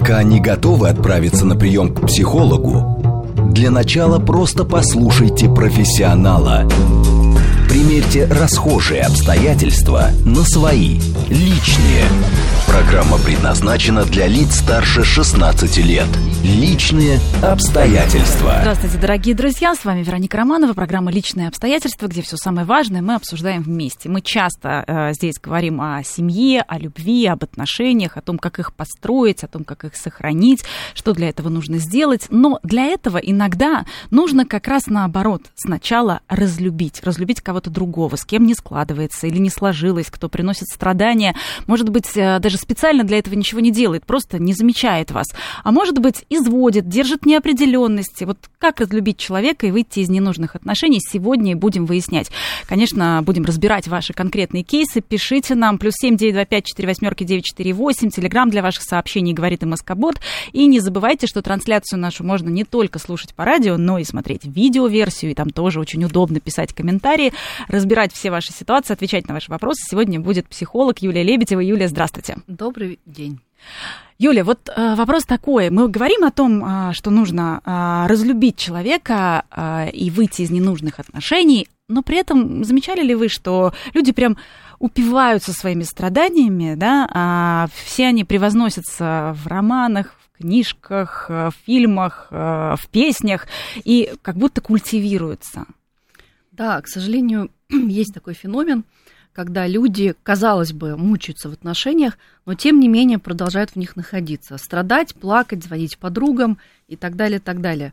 Пока не готовы отправиться на прием к психологу, для начала просто послушайте профессионала. Примерьте расхожие обстоятельства на свои, личные. Программа предназначена для лиц старше 16 лет. Личные обстоятельства. Здравствуйте, дорогие друзья, с вами Вероника Романова, программа «Личные обстоятельства», где все самое важное мы обсуждаем вместе. Мы часто здесь говорим о семье, о любви, об отношениях, о том, как их построить, о том, как их сохранить, что для этого нужно сделать. Но для этого иногда нужно как раз наоборот. Сначала разлюбить кого-то другого, с кем не складывается или не сложилось, кто приносит страдания, может быть, даже специально для этого ничего не делает, просто не замечает вас. А может быть, изводит, держит неопределенности. Вот как разлюбить человека и выйти из ненужных отношений, сегодня и будем выяснять. Конечно, будем разбирать ваши конкретные кейсы. Пишите нам, +7 925 48 948, телеграм для ваших сообщений, говорит МСК-бот. И не забывайте, что трансляцию нашу можно не только слушать по радио, но и смотреть видеоверсию, и там тоже очень удобно писать комментарии, разбирать все ваши ситуации, отвечать на ваши вопросы. Сегодня будет психолог Юлия Лебедева. Юлия, здравствуйте. Добрый день. Юля, вот вопрос такой. Мы говорим о том, что нужно разлюбить человека и выйти из ненужных отношений, но при этом замечали ли вы, что люди прям упиваются своими страданиями, да, все они превозносятся в романах, в книжках, в фильмах, в песнях и как будто культивируются? Да, к сожалению, есть такой феномен, когда люди, казалось бы, мучаются в отношениях, но тем не менее продолжают в них находиться. Страдать, плакать, звонить подругам и так далее, так далее.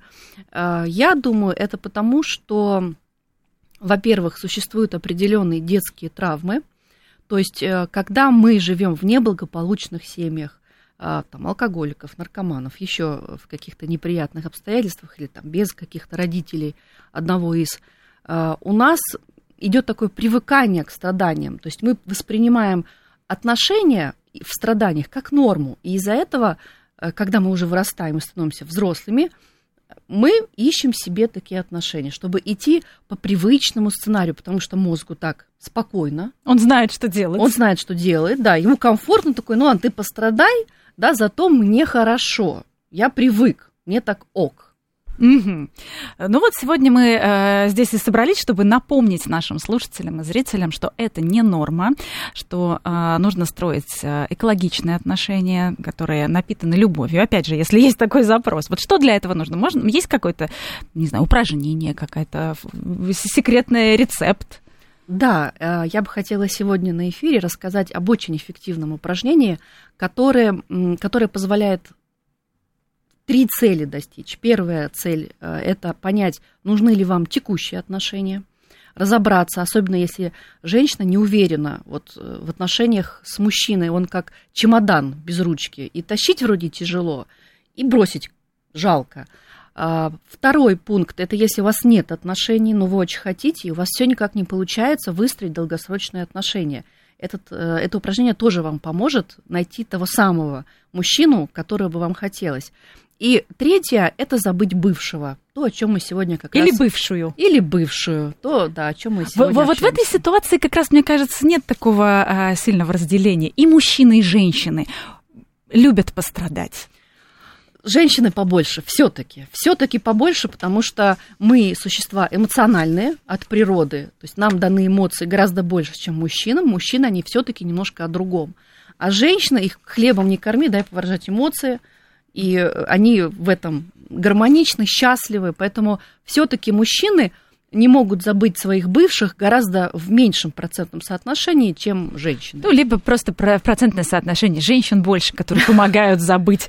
Я думаю, это потому, что, во-первых, существуют определенные детские травмы. То есть, когда мы живем в неблагополучных семьях, там, алкоголиков, наркоманов, еще в каких-то неприятных обстоятельствах или там, без каких-то родителей одного из, у нас идет такое привыкание к страданиям. То есть мы воспринимаем отношения в страданиях как норму. И из-за этого, когда мы уже вырастаем и становимся взрослыми, мы ищем себе такие отношения, чтобы идти по привычному сценарию, потому что мозгу так спокойно. Он знает, что делать. Он знает, что делает, да. Ему комфортно такой, ну, ты пострадай, да, зато мне хорошо. Я привык, мне так ок. Угу. Ну вот сегодня мы здесь и собрались, чтобы напомнить нашим слушателям и зрителям, что это не норма, что нужно строить экологичные отношения, которые напитаны любовью. Опять же, если есть такой запрос. Вот что для этого нужно? Есть какое-то, не знаю, упражнение, какой-то секретный рецепт? Да, я бы хотела сегодня на эфире рассказать об очень эффективном упражнении, которое позволяет 3 цели достичь. Первая цель – это понять, нужны ли вам текущие отношения, разобраться, особенно если женщина не уверена вот, в отношениях с мужчиной, он как чемодан без ручки, и тащить вроде тяжело, и бросить жалко. Второй пункт – это если у вас нет отношений, но вы очень хотите, и у вас все никак не получается выстроить долгосрочные отношения. Это упражнение тоже вам поможет найти того самого мужчину, которого бы вам хотелось. И третье – это забыть бывшего. То, о чем мы сегодня как раз... Или бывшую. То, да, о чем мы сегодня Вот в этой ситуации как раз, мне кажется, нет такого сильного разделения. И мужчины, и женщины любят пострадать. Женщины побольше, все-таки побольше, потому что мы существа эмоциональные от природы. То есть нам даны эмоции гораздо больше, чем мужчинам. Мужчины, они все-таки немножко о другом. А женщины, их хлебом не корми, дай повыражать эмоции. И они в этом гармоничны, счастливы, поэтому все-таки мужчины не могут забыть своих бывших гораздо в меньшем процентном соотношении, чем женщины. Ну, либо просто процентное соотношение женщин больше, которые помогают забыть.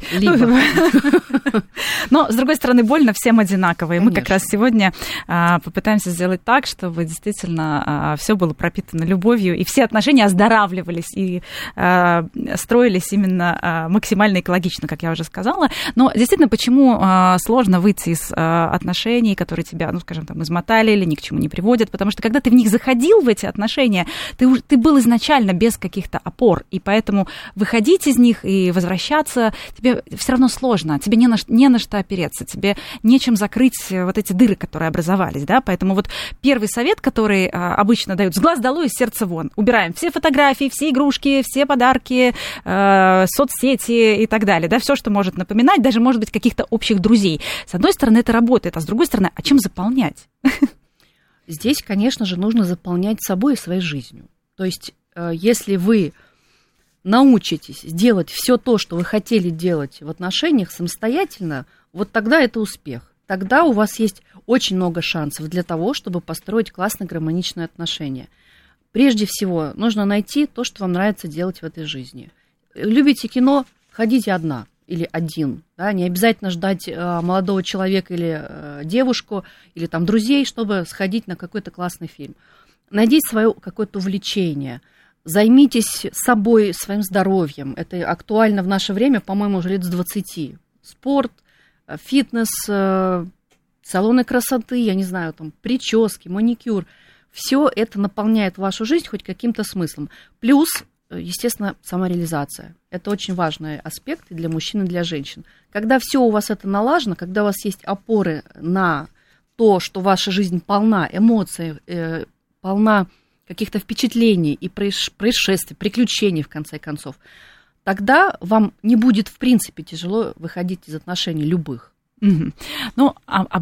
Но, с другой стороны, больно всем одинаково. И мы как раз сегодня попытаемся сделать так, чтобы действительно все было пропитано любовью, и все отношения оздоравливались и строились именно максимально экологично, как я уже сказала. Но действительно, почему сложно выйти из отношений, которые тебя, ну, скажем, там, измотали, параллели ни к чему не приводят, потому что когда ты в них заходил, в эти отношения, ты был изначально без каких-то опор, и поэтому выходить из них и возвращаться тебе все равно сложно, тебе не на что опереться, тебе нечем закрыть вот эти дыры, которые образовались, да, поэтому вот первый совет, который обычно дают: с глаз долой, из сердца вон, убираем все фотографии, все игрушки, все подарки, соцсети и так далее, да, все, что может напоминать, даже, может быть, каких-то общих друзей. С одной стороны, это работает, а с другой стороны, а чем заполнять? Здесь, конечно же, нужно заполнять собой и своей жизнью. То есть, если вы научитесь делать все то, что вы хотели делать в отношениях самостоятельно, вот тогда это успех. Тогда у вас есть очень много шансов для того, чтобы построить классные гармоничные отношения. Прежде всего, нужно найти то, что вам нравится делать в этой жизни. Любите кино, ходите одна или один. Да? Не обязательно ждать молодого человека или девушку, или там друзей, чтобы сходить на какой-то классный фильм. Найдите свое какое-то увлечение. Займитесь собой, своим здоровьем. Это актуально в наше время, по-моему, уже лет с 20. Спорт, фитнес, салоны красоты, я не знаю, там, прически, маникюр. Все это наполняет вашу жизнь хоть каким-то смыслом. Плюс, естественно, самореализация. Это очень важный аспект и для мужчин, и для женщин. Когда все у вас это налажено, когда у вас есть опоры на то, что ваша жизнь полна эмоций, полна каких-то впечатлений и происшествий, приключений, в конце концов, тогда вам не будет, в принципе, тяжело выходить из отношений любых. Ну,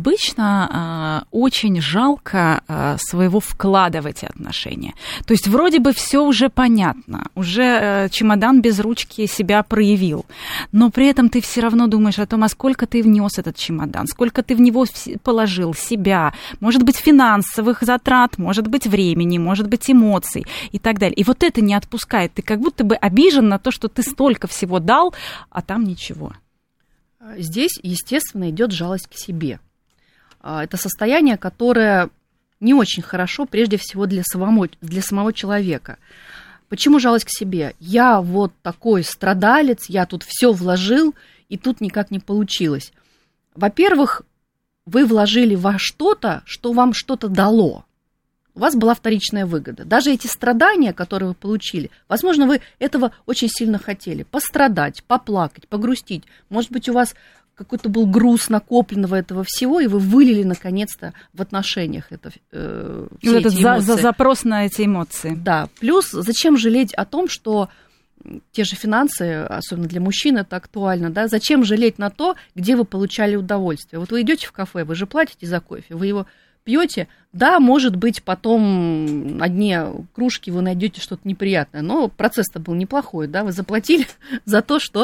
обычно очень жалко своего вклада в эти отношения. То есть вроде бы все уже понятно, уже чемодан без ручки себя проявил, но при этом ты все равно думаешь о том, а сколько ты внес этот чемодан, сколько ты в него положил себя, может быть, финансовых затрат, может быть, времени, может быть, эмоций и так далее. И вот это не отпускает. Ты как будто бы обижен на то, что ты столько всего дал, а там ничего. Здесь, естественно, идет жалость к себе. Это состояние, которое не очень хорошо, прежде всего, для самого человека. Почему жалость к себе? Я вот такой страдалец, я тут все вложил, и тут никак не получилось. Во-первых, вы вложили во что-то, что вам что-то дало. У вас была вторичная выгода. Даже эти страдания, которые вы получили, возможно, вы этого очень сильно хотели. Пострадать, поплакать, погрустить. Может быть, у вас какой-то был груз накопленного этого всего, и вы вылили, наконец-то, в отношениях это, все эти эмоции. Запрос на эти эмоции. Да. Плюс, зачем жалеть о том, что те же финансы, особенно для мужчин, это актуально, да? Зачем жалеть на то, где вы получали удовольствие? Вот вы идете в кафе, вы же платите за кофе, вы его пьете, да, может быть, потом на дне кружки вы найдете что-то неприятное, но процесс-то был неплохой, да, вы заплатили за то, что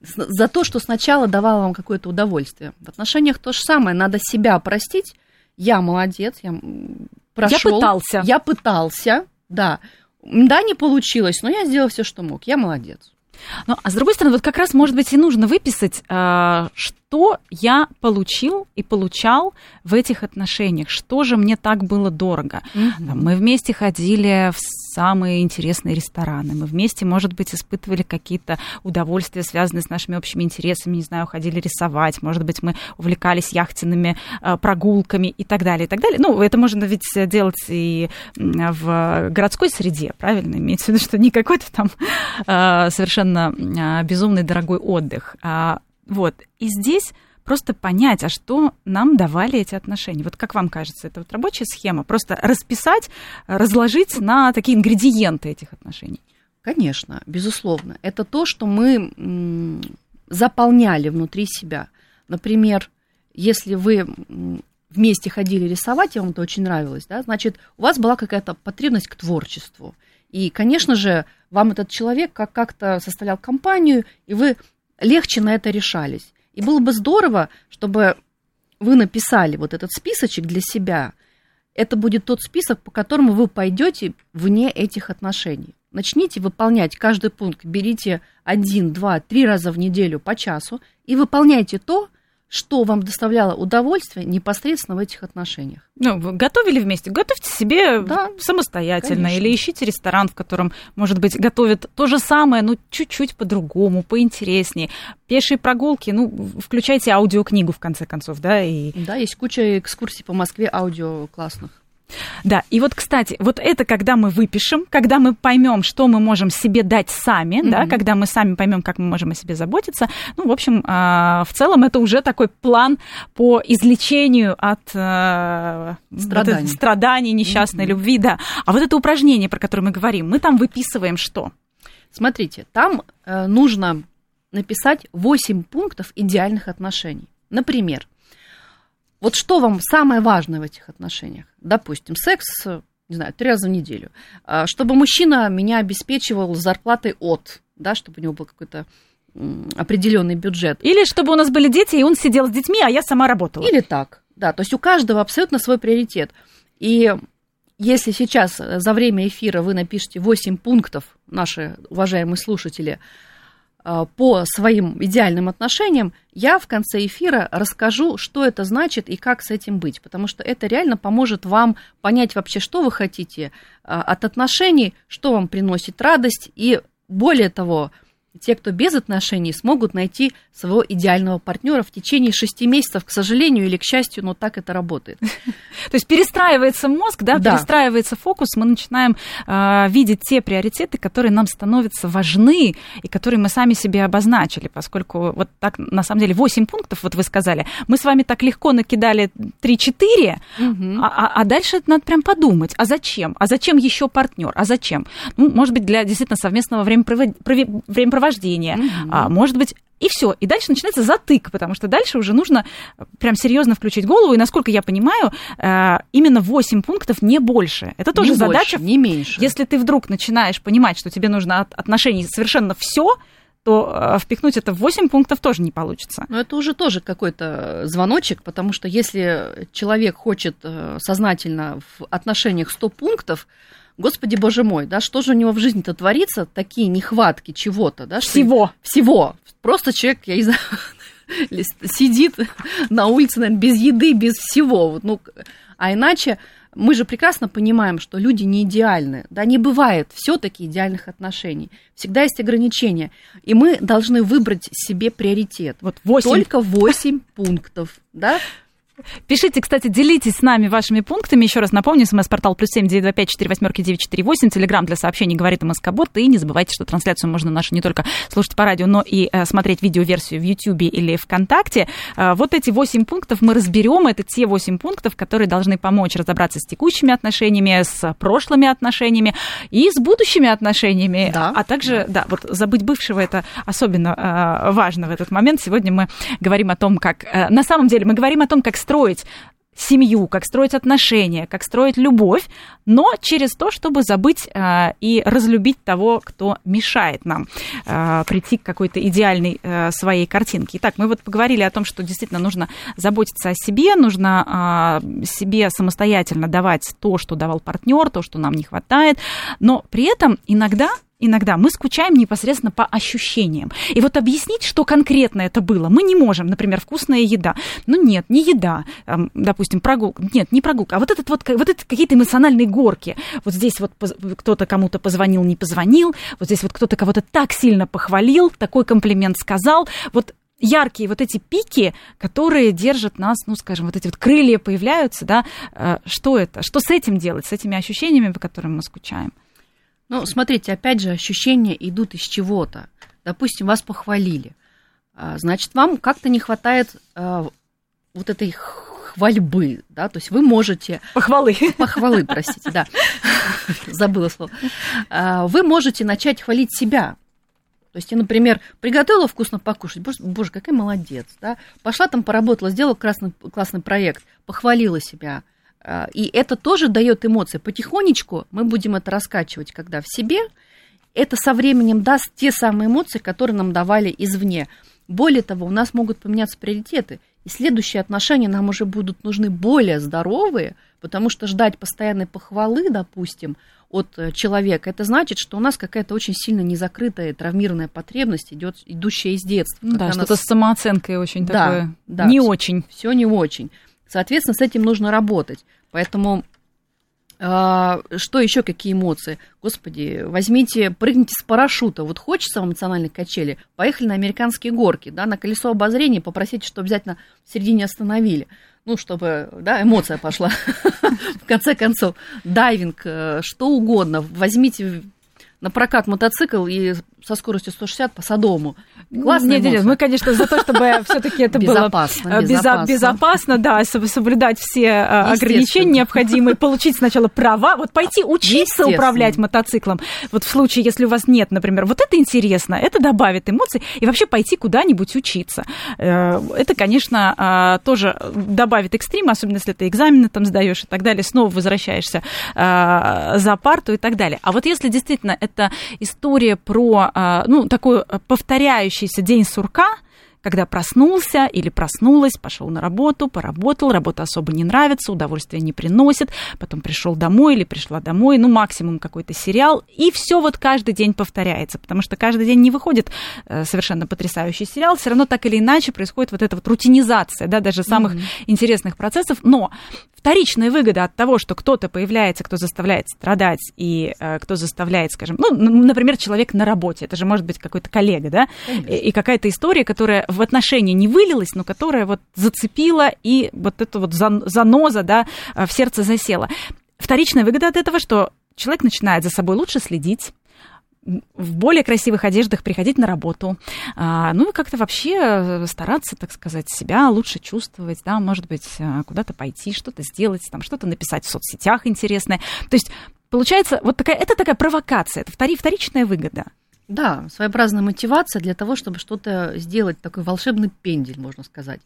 сначала давало вам какое-то удовольствие. В отношениях то же самое, надо себя простить. Я молодец, я прошел. Я пытался, да. Да, не получилось, но я сделал все, что мог. Я молодец. Ну, а с другой стороны, вот как раз, может быть, и нужно выписать, что я получил и получал в этих отношениях, что же мне так было дорого. Мы вместе ходили в самые интересные рестораны, мы вместе, может быть, испытывали какие-то удовольствия, связанные с нашими общими интересами, не знаю, ходили рисовать, может быть, мы увлекались яхтенными прогулками и так далее, и так далее. Ну, это можно ведь делать и в городской среде, правильно? Имеется в виду, что не какой-то там совершенно безумный дорогой отдых. Вот. И здесь просто понять, а что нам давали эти отношения. Вот как вам кажется, это вот рабочая схема? Просто расписать, разложить на такие ингредиенты этих отношений? Конечно, безусловно. Это то, что мы заполняли внутри себя. Например, если вы вместе ходили рисовать, и вам это очень нравилось, да, значит, у вас была какая-то потребность к творчеству. И, конечно же, вам этот человек как-то составлял компанию, и вы легче на это решались. И было бы здорово, чтобы вы написали вот этот списочек для себя. Это будет тот список, по которому вы пойдете вне этих отношений. Начните выполнять каждый пункт. Берите 1, 2, 3 раза в неделю по часу и выполняйте то, что вам доставляло удовольствие непосредственно в этих отношениях. Ну, вы готовили вместе, готовьте себе самостоятельно. Конечно. Или ищите ресторан, в котором, может быть, готовят то же самое, но чуть-чуть по-другому, поинтереснее. Пешие прогулки, ну, включайте аудиокнигу, в конце концов, да? Да, есть куча экскурсий по Москве аудио классных. Да, и вот, кстати, вот это когда мы выпишем, когда мы поймем, что мы можем себе дать сами, да, когда мы сами поймем, как мы можем о себе заботиться, ну, в общем, в целом это уже такой план по излечению от страданий, несчастной любви, да. А вот это упражнение, про которое мы говорим, мы там выписываем что? Смотрите, там нужно написать 8 пунктов идеальных отношений. Например, вот что вам самое важное в этих отношениях? Допустим, секс, не знаю, 3 раза в неделю. Чтобы мужчина меня обеспечивал зарплатой да, чтобы у него был какой-то определенный бюджет. Или чтобы у нас были дети, и он сидел с детьми, а я сама работала. Или так, да. То есть у каждого абсолютно свой приоритет. И если сейчас за время эфира вы напишите 8 пунктов, наши уважаемые слушатели, по своим идеальным отношениям, я в конце эфира расскажу, что это значит и как с этим быть, потому что это реально поможет вам понять вообще, что вы хотите от отношений, что вам приносит радость, и более того, те, кто без отношений, смогут найти своего идеального партнера в течение 6 месяцев, к сожалению или к счастью, но так это работает. То есть перестраивается мозг, да, перестраивается фокус, мы начинаем видеть те приоритеты, которые нам становятся важны и которые мы сами себе обозначили, поскольку вот так, на самом деле, 8 пунктов, вот вы сказали, мы с вами так легко накидали 3-4, а дальше надо прям подумать, а зачем? А зачем еще партнер? А зачем? Ну, может быть, для действительно совместного времяпровождения, может быть, и все. И дальше начинается затык, потому что дальше уже нужно прям серьезно включить голову. И, насколько я понимаю, именно 8 пунктов, не больше. Это тоже задача. Не меньше. Если ты вдруг начинаешь понимать, что тебе нужно от отношений совершенно все, то впихнуть это в 8 пунктов тоже не получится. Но это уже тоже какой-то звоночек, потому что если человек хочет сознательно в отношениях 100 пунктов, Господи, боже мой, да, что же у него в жизни-то творится, такие нехватки чего-то, да? Всего. Просто человек, я не знаю, сидит на улице, наверное, без еды, без всего. Ну, а иначе мы же прекрасно понимаем, что люди не идеальны, да, не бывает все-таки идеальных отношений. Всегда есть ограничения, и мы должны выбрать себе приоритет. Вот 8. Только 8 пунктов, да? Пишите, кстати, делитесь с нами вашими пунктами. Еще раз напомню, смс-портал +7 925 48 948, телеграм для сообщений говорит МСК-бот. И не забывайте, что трансляцию можно нашу не только слушать по радио, но и смотреть видеоверсию в Ютьюбе или ВКонтакте. Вот эти 8 пунктов мы разберем. Это те 8 пунктов, которые должны помочь разобраться с текущими отношениями, с прошлыми отношениями и с будущими отношениями. Да. А также, да, вот забыть бывшего — это особенно важно в этот момент. Сегодня мы говорим о том, как... На самом деле мы говорим о том, как строить семью, как строить отношения, как строить любовь, но через то, чтобы забыть и разлюбить того, кто мешает нам прийти к какой-то идеальной своей картинке. Итак, мы вот поговорили о том, что действительно нужно заботиться о себе, нужно себе самостоятельно давать то, что давал партнер, то, что нам не хватает, но при этом иногда мы скучаем непосредственно по ощущениям. И вот объяснить, что конкретно это было, мы не можем. Например, вкусная еда. Ну нет, не еда. Допустим, прогулка. Нет, не прогулка. А вот это какие-то эмоциональные горки. Вот здесь вот кто-то кому-то позвонил, не позвонил. Вот здесь вот кто-то кого-то так сильно похвалил, такой комплимент сказал. Вот яркие вот эти пики, которые держат нас, ну, скажем, вот эти вот крылья появляются, да. Что это? Что с этим делать, с этими ощущениями, по которым мы скучаем? Ну, смотрите, опять же, ощущения идут из чего-то. Допустим, вас похвалили. Значит, вам как-то не хватает вот этой хвальбы, да, то есть вы можете... Похвалы, простите, да, забыла слово. Вы можете начать хвалить себя. То есть я, например, приготовила вкусно покушать, боже, какая молодец, да, пошла там поработала, сделала классный проект, похвалила себя. И это тоже дает эмоции. Потихонечку мы будем это раскачивать, когда в себе. Это со временем даст те самые эмоции, которые нам давали извне. Более того, у нас могут поменяться приоритеты. И следующие отношения нам уже будут нужны более здоровые, потому что ждать постоянной похвалы, допустим, от человека, это значит, что у нас какая-то очень сильно незакрытая травмированная потребность, идущая из детства. Да, что-то с самооценкой очень такое, не очень. Все не очень. Соответственно, с этим нужно работать. Поэтому Что еще, какие эмоции? Господи, возьмите, прыгните с парашюта. Вот хочется вам национальной качели, поехали на американские горки, да, на колесо обозрения, попросите, чтобы обязательно в середине остановили. Ну, чтобы, да, эмоция пошла. В конце концов, дайвинг, что угодно. Возьмите на прокат мотоцикл и со скоростью 160 по Садовому. Классная эмоция. Нет, мы, конечно, за то, чтобы все-таки это было безопасно, да, соблюдать все ограничения необходимые, получить сначала права, вот пойти учиться управлять мотоциклом. Вот в случае, если у вас нет, например, вот это интересно, это добавит эмоций, и вообще пойти куда-нибудь учиться. Это, конечно, тоже добавит экстрима, особенно если ты экзамены там сдаешь и так далее, снова возвращаешься за парту и так далее. А вот если действительно это история про такой повторяющийся день сурка, когда проснулся или проснулась, пошел на работу, поработал, работа особо не нравится, удовольствия не приносит, потом пришел домой или пришла домой, максимум какой-то сериал, и все вот каждый день повторяется, потому что каждый день не выходит совершенно потрясающий сериал, все равно так или иначе происходит вот эта вот рутинизация, да, даже самых интересных процессов, но вторичная выгода от того, что кто-то появляется, кто заставляет страдать и кто заставляет, скажем, например, человек на работе, это же может быть какой-то коллега, да, и какая-то история, которая в отношения не вылилась, но которая вот зацепила и вот эта вот заноза, да, в сердце засела. Вторичная выгода от этого, что человек начинает за собой лучше следить, в более красивых одеждах приходить на работу, и как-то вообще стараться, так сказать, себя лучше чувствовать, да, может быть, куда-то пойти, что-то сделать, там, что-то написать в соцсетях интересное. То есть, получается, вот это такая провокация, это вторичная выгода. Да, своеобразная мотивация для того, чтобы что-то сделать, такой волшебный пендель, можно сказать.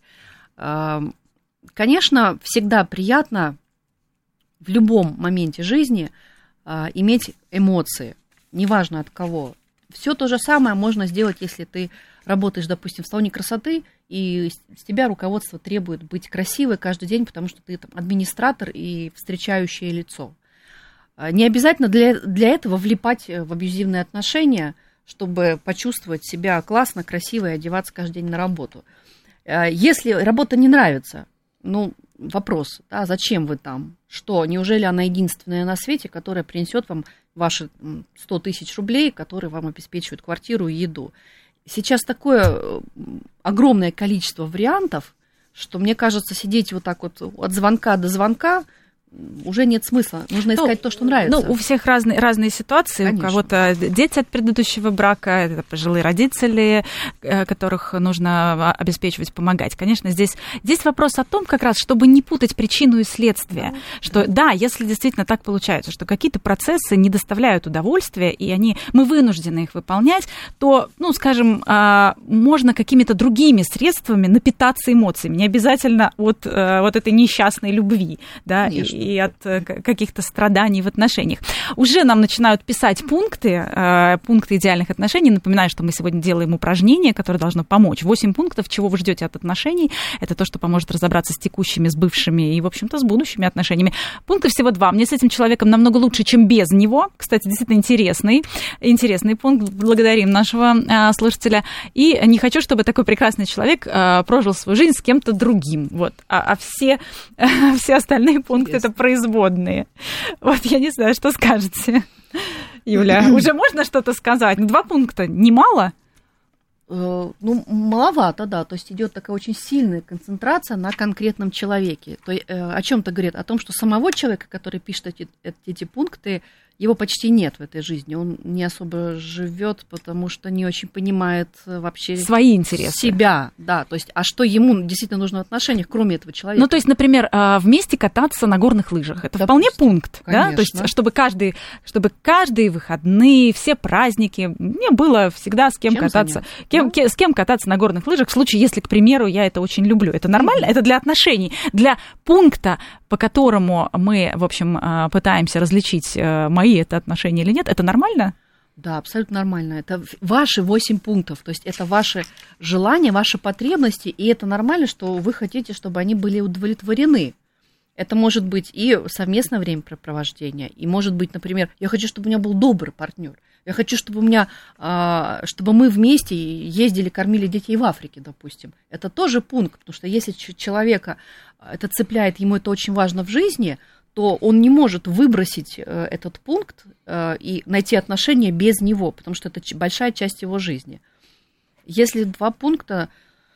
Конечно, всегда приятно в любом моменте жизни иметь эмоции, неважно от кого. Все то же самое можно сделать, если ты работаешь, допустим, в салоне красоты, и с тебя руководство требует быть красивой каждый день, потому что ты там администратор и встречающее лицо. Не обязательно для этого влипать в абьюзивные отношения, чтобы почувствовать себя классно, красиво и одеваться каждый день на работу. Если работа не нравится, вопрос, да, зачем вы там? Что, неужели она единственная на свете, которая принесет вам ваши 100 тысяч рублей, которые вам обеспечивают квартиру и еду? Сейчас такое огромное количество вариантов, что, мне кажется, сидеть вот так вот от звонка до звонка уже нет смысла. Нужно искать то, что нравится. У всех разные ситуации. Конечно. У кого-то дети от предыдущего брака, это пожилые родители, которых нужно обеспечивать, помогать. Конечно, здесь вопрос о том, как раз, чтобы не путать причину и следствие. Что, да, если действительно так получается, что какие-то процессы не доставляют удовольствия, и мы вынуждены их выполнять, то, скажем, можно какими-то другими средствами напитаться эмоциями. Не обязательно от этой несчастной любви, да, и от каких-то страданий в отношениях. Уже нам начинают писать пункты идеальных отношений. Напоминаю, что мы сегодня делаем упражнение, которое должно помочь. 8 пунктов, чего вы ждете от отношений. Это то, что поможет разобраться с текущими, с бывшими и, в общем-то, с будущими отношениями. Пунктов всего 2. Мне с этим человеком намного лучше, чем без него. Кстати, действительно интересный пункт. Благодарим нашего слушателя. И не хочу, чтобы такой прекрасный человек прожил свою жизнь с кем-то другим. Вот. А все остальные пункты это производные. Вот я не знаю, что скажете, Юля. Уже можно что-то сказать? 2 пункта немало? Маловато, да. То есть идет такая очень сильная концентрация на конкретном человеке. То есть, о чем-то говорит? О том, что самого человека, который пишет эти пункты, его почти нет в этой жизни. Он не особо живет, потому что не очень понимает вообще свои интересы. Себя. Да, то есть, а что ему действительно нужно в отношениях, кроме этого человека? То есть, например, вместе кататься на горных лыжах. Это вполне пункт, конечно. Да? То есть, чтобы каждые выходные, все праздники, мне было всегда с кем кататься. С кем кататься на горных лыжах, в случае, если, к примеру, я это очень люблю. Это нормально? Это для отношений. Для пункта, по которому мы, в общем, пытаемся различить, мои это отношения или нет, это нормально? Да, абсолютно нормально. Это ваши 8 пунктов, то есть это ваши желания, ваши потребности, и это нормально, что вы хотите, чтобы они были удовлетворены. Это может быть и совместное времяпрепровождение, и может быть, например, я хочу, чтобы у меня был добрый партнер. Я хочу, чтобы чтобы мы вместе ездили, кормили детей в Африке, допустим. Это тоже пункт, потому что если человека это цепляет, ему это очень важно в жизни, то он не может выбросить этот пункт и найти отношения без него, потому что это большая часть его жизни. Если 2 пункта,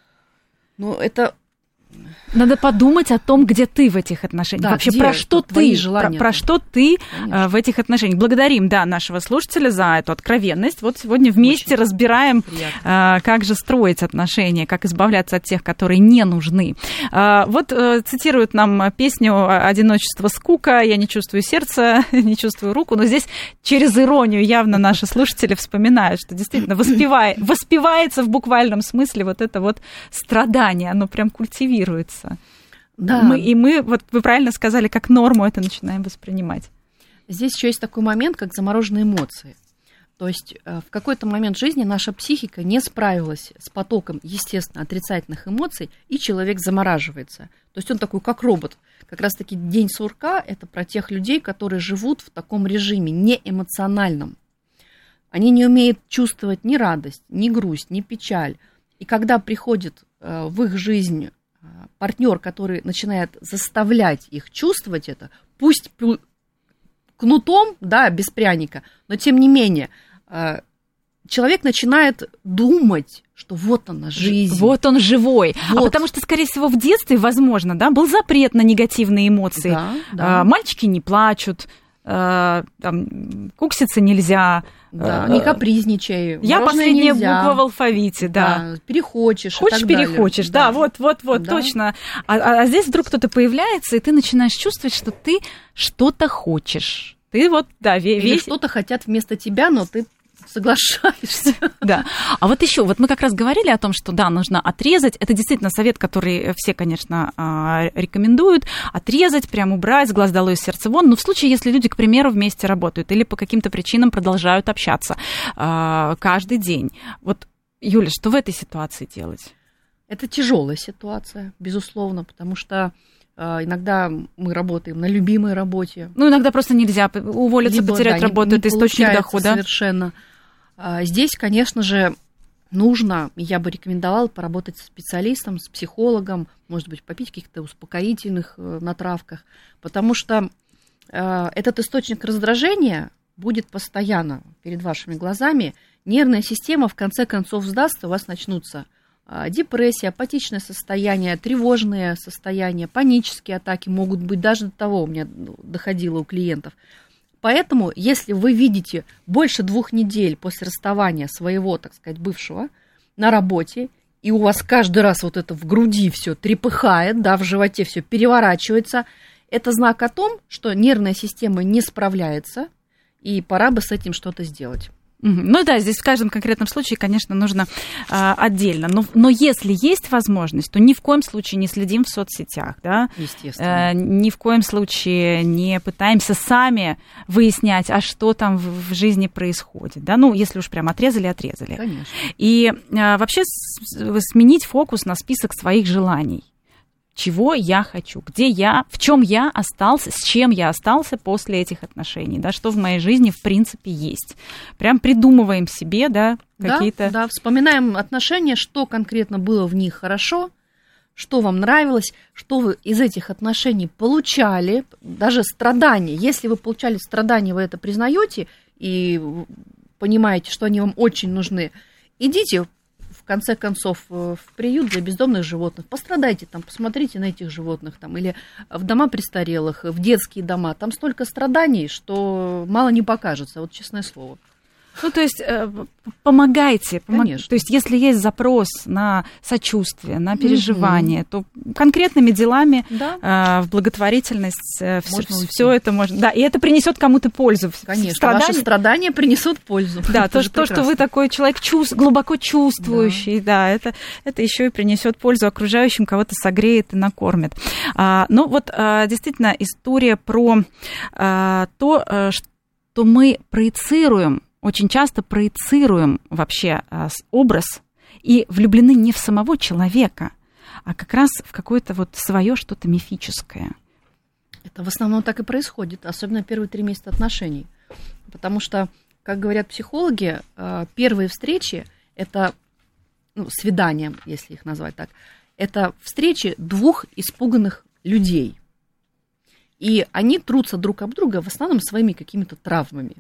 ну, это... Надо подумать о том, где ты в этих отношениях. Да, вообще, про что ты, про что ты в этих отношениях. Благодарим, да, нашего слушателя за эту откровенность. Вот сегодня вместе разбираем, как же строить отношения, как избавляться от тех, которые не нужны. Вот цитируют нам песню «Одиночество, скука», «Я не чувствую сердца, не чувствую руку». Но здесь через иронию явно наши слушатели вспоминают, что действительно воспевается в буквальном смысле вот это вот страдание. Оно прям культивируется. Да. Мы, вот вы правильно сказали, как норму это начинаем воспринимать. Здесь еще есть такой момент, как замороженные эмоции. То есть в какой-то момент жизни наша психика не справилась с потоком, естественно, отрицательных эмоций, и человек замораживается. То есть он такой, как робот. Как раз-таки день сурка – это про тех людей, которые живут в таком режиме, неэмоциональном. Они не умеют чувствовать ни радость, ни грусть, ни печаль. И когда приходит в их жизнь партнер, который начинает заставлять их чувствовать это, пусть кнутом, да, без пряника, но тем не менее человек начинает думать, что вот она жизнь. Вот он живой. Вот. А потому что, скорее всего, в детстве, возможно, да, был запрет на негативные эмоции. Да, да. Мальчики не плачут, там, кукситься нельзя. Да, не капризничай. Я последняя буква в алфавите, да. Перехочешь. Хочешь, перехочешь, да, вот, да. Точно. А здесь вдруг кто-то появляется, и ты начинаешь чувствовать, что ты что-то хочешь. Ты вот, да, или что-то хотят вместо тебя, но ты соглашаешься. Да. А вот еще, вот мы как раз говорили о том, что да, нужно отрезать. Это действительно совет, который все, конечно, рекомендуют. Отрезать, прям убрать, с глаз долой, из сердца вон. Но в случае, если люди, к примеру, вместе работают или по каким-то причинам продолжают общаться каждый день. Вот, Юля, что в этой ситуации делать? Это тяжелая ситуация, безусловно, потому что иногда мы работаем на любимой работе. Ну, иногда просто нельзя уволиться, либо, потерять работу, это источник дохода. Совершенно. Здесь, конечно же, нужно, я бы рекомендовала поработать с специалистом, с психологом, может быть, попить каких-то успокоительных на травках, потому что этот источник раздражения будет постоянно перед вашими глазами. Нервная система в конце концов сдастся, у вас начнутся депрессия, апатичное состояние, тревожные состояния, панические атаки могут быть, даже до того у меня доходило у клиентов. Поэтому, если вы видите больше 2 недель после расставания своего, так сказать, бывшего на работе, и у вас каждый раз вот это в груди все трепыхает, да, в животе все переворачивается, это знак о том, что нервная система не справляется, и пора бы с этим что-то сделать. Ну да, здесь в каждом конкретном случае, конечно, нужно отдельно. Но если есть возможность, то ни в коем случае не следим в соцсетях, да? Естественно. Ни в коем случае не пытаемся сами выяснять, а что там в жизни происходит, да? Ну, если уж прям отрезали. Конечно. И вообще сменить фокус на список своих желаний. Чего я хочу, где я, в чем я остался, с чем я остался после этих отношений, да, что в моей жизни в принципе есть. Прям придумываем себе, да, какие-то... Да, вспоминаем отношения, что конкретно было в них хорошо, что вам нравилось, что вы из этих отношений получали, даже страдания. Если вы получали страдания, вы это признаете и понимаете, что они вам очень нужны, идите в конце концов в приют для бездомных животных, пострадайте там, посмотрите на этих животных там, или в дома престарелых, в детские дома, там столько страданий, что мало не покажется, вот честное слово. Ну, то есть помогайте. Конечно. То есть если есть запрос на сочувствие, на переживание, то конкретными делами в благотворительность все это можно... Да, и это принесет кому-то пользу. Конечно, ваши страдания принесут пользу. Да, то, что вы такой человек глубоко чувствующий, да, это еще и принесет пользу окружающим, кого-то согреет и накормит. Ну, вот действительно история про то, что мы проецируем, очень часто проецируем вообще образ и влюблены не в самого человека, а как раз в какое-то вот свое что-то мифическое. Это в основном так и происходит, особенно первые 3 месяца отношений. Потому что, как говорят психологи, первые встречи – это свидания, если их назвать так, это встречи 2 испуганных людей. И они трутся друг об друга в основном своими какими-то травмами.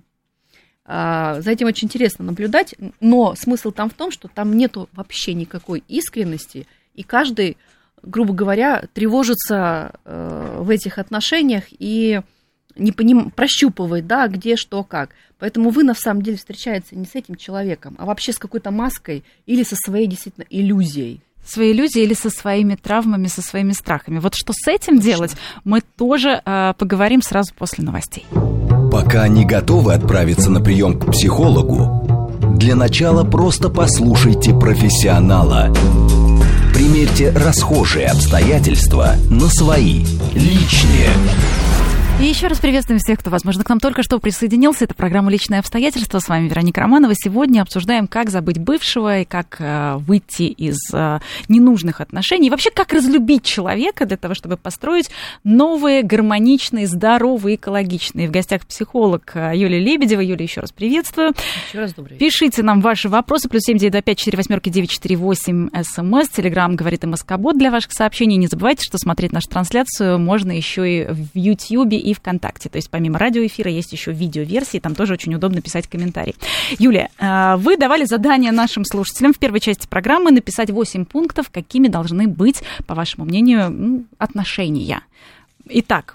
За этим очень интересно наблюдать, но смысл там в том, что там нету вообще никакой искренности, и каждый, грубо говоря, тревожится в этих отношениях и прощупывает, да, где, что, как. Поэтому вы на самом деле встречаетесь не с этим человеком, а вообще с какой-то маской или со своей действительно иллюзией. Свои иллюзии или со своими травмами, со своими страхами. Вот что с этим делать, мы тоже поговорим сразу после новостей. Пока не готовы отправиться на прием к психологу, для начала просто послушайте профессионала. Примерьте расхожие обстоятельства на свои, личные. И еще раз приветствуем всех, кто, возможно, к нам только что присоединился. Это программа «Личные обстоятельства». С вами Вероника Романова. Сегодня обсуждаем, как забыть бывшего и как выйти из ненужных отношений. И вообще, как разлюбить человека для того, чтобы построить новые, гармоничные, здоровые, экологичные. В гостях психолог Юлия Лебедева. Юлия, еще раз приветствую. Еще раз добрый вечер. Пишите нам ваши вопросы. +7 925 48 948 СМС. Телеграм говорит МСК-бот для ваших сообщений. Не забывайте, что смотреть нашу трансляцию можно еще и в Ютьюбе и ВКонтакте. То есть помимо радиоэфира есть еще видеоверсии, там тоже очень удобно писать комментарии. Юлия, вы давали задание нашим слушателям в первой части программы написать 8 пунктов, какими должны быть, по вашему мнению, отношения. Итак,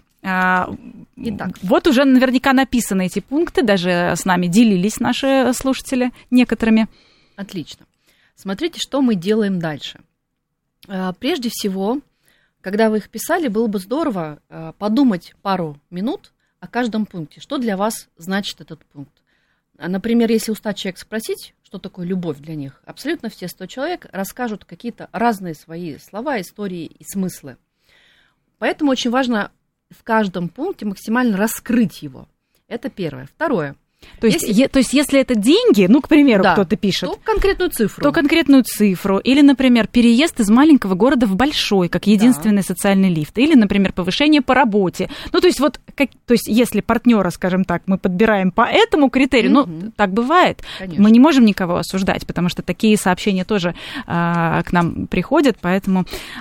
вот уже наверняка написаны эти пункты, даже с нами делились наши слушатели некоторыми. Отлично. Смотрите, что мы делаем дальше. Прежде всего, когда вы их писали, было бы здорово подумать пару минут о каждом пункте. Что для вас значит этот пункт? Например, если у 100 человек спросить, что такое любовь для них, абсолютно все 100 человек расскажут какие-то разные свои слова, истории и смыслы. Поэтому очень важно в каждом пункте максимально раскрыть его. Это первое. Второе. То есть, если это деньги, к примеру, да, кто-то пишет, то конкретную цифру. Или, например, переезд из маленького города в большой, как единственный социальный лифт. Или, например, повышение по работе. То есть, если партнера, скажем так, мы подбираем по этому критерию, так бывает. Конечно. Мы не можем никого осуждать, потому что такие сообщения тоже к нам приходят, поэтому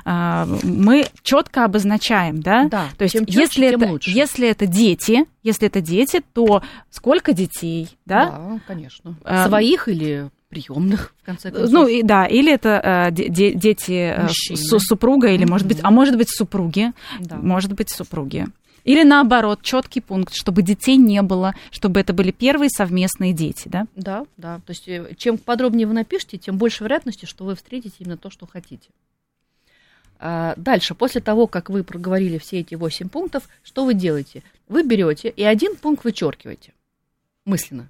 мы четко обозначаем, да? Да. То есть, чем четче, тем лучше. Если это дети, то сколько детей, да? Да, конечно. Своих или приемных, в конце концов. Или это дети супруга, или, может быть, супруги. Да. Может быть, супруги. Или наоборот, четкий пункт, чтобы детей не было, чтобы это были первые совместные дети, да? Да. То есть, чем подробнее вы напишете, тем больше вероятности, что вы встретите именно то, что хотите. Дальше, после того, как вы проговорили все эти 8 пунктов, что вы делаете? Вы берете и один пункт вычеркиваете мысленно.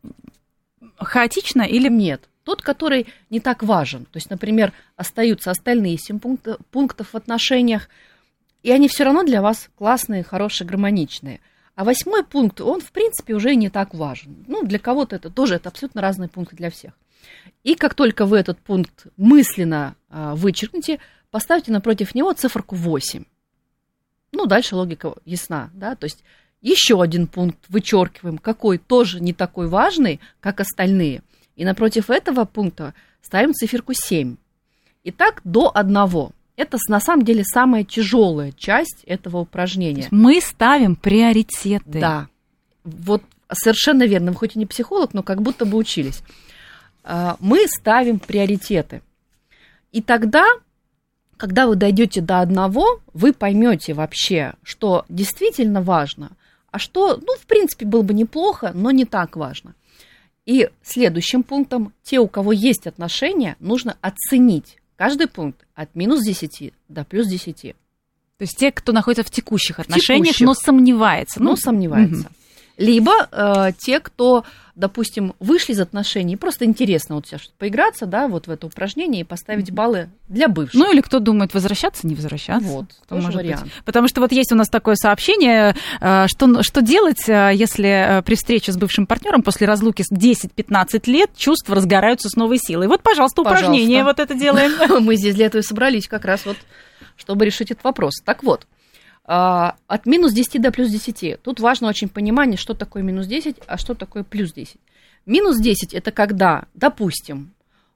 Хаотично или нет? Тот, который не так важен. То есть, например, остаются остальные 7 пунктов в отношениях, и они все равно для вас классные, хорошие, гармоничные. А 8 пункт, он, в принципе, уже не так важен. Для кого-то это абсолютно разные пункты для всех. И как только вы этот пункт мысленно вычеркнете, поставьте напротив него циферку 8. Дальше логика ясна, да, то есть еще один пункт вычеркиваем, какой тоже не такой важный, как остальные. И напротив этого пункта ставим циферку 7. И так до 1. Это на самом деле самая тяжелая часть этого упражнения. Мы ставим приоритеты. Да, вот совершенно верно. Вы хоть и не психолог, но как будто бы учились. Мы ставим приоритеты. И тогда, когда вы дойдете до 1, вы поймете вообще, что действительно важно, а что, в принципе, было бы неплохо, но не так важно. И следующим пунктом, те, у кого есть отношения, нужно оценить каждый пункт от -10 до +10. То есть те, кто находится в текущих отношениях, но сомневается. Сомневается. Угу. Либо те, кто, допустим, вышли из отношений, просто интересно сейчас поиграться, да, вот в это упражнение и поставить баллы для бывших. Или кто думает, возвращаться, не возвращаться. Вот, тоже вариант. Быть. Потому что вот есть у нас такое сообщение, что делать, если при встрече с бывшим партнером после разлуки с 10-15 лет чувства разгораются с новой силой. Вот, пожалуйста, упражнение вот это делаем. Мы здесь для этого и собрались как раз вот, чтобы решить этот вопрос. Так вот. От -10 до +10. Тут важно очень понимание, что такое -10, а что такое +10. -10 – это когда, допустим,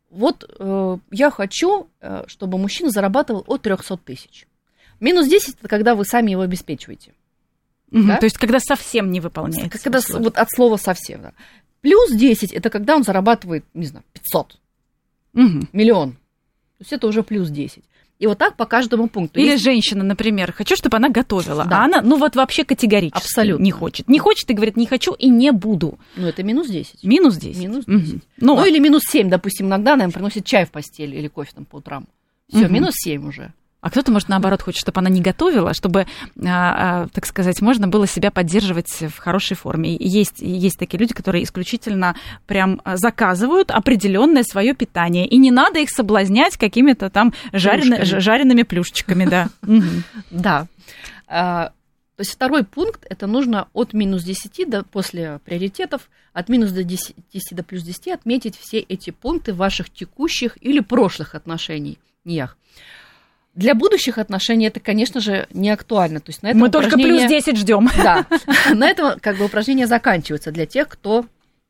я хочу, чтобы мужчина зарабатывал от 300 тысяч. -10 – это когда вы сами его обеспечиваете. Да? То есть, когда совсем не выполняется. Когда вот от слова совсем. Да. Плюс 10 – это когда он зарабатывает, не знаю, 500, миллион. То есть это уже плюс 10. И вот так по каждому пункту. Или женщина, например, хочу, чтобы она готовила, да. А она, вообще категорически абсолютно не хочет. Не хочет и говорит, не хочу и не буду. Ну, это минус 10. Минус 10. Минус 10. Ну, или минус 7, допустим, иногда нам приносит чай в постели или кофе там по утрам. Все, минус 7 уже. А кто-то, может, наоборот, хочет, чтобы она не готовила, чтобы, так сказать, можно было себя поддерживать в хорошей форме. И есть такие люди, которые исключительно прям заказывают определенное свое питание. И не надо их соблазнять какими-то там жареными плюшечками, да. Да. То есть второй пункт, это нужно от минус 10 до, после приоритетов, от минус до 10 до плюс 10 отметить все эти пункты в ваших текущих или прошлых отношениях. Для будущих отношений это, конечно же, не актуально. То есть на этом мы только плюс 10 ждем. Да, на этом как бы упражнение заканчивается для тех, кто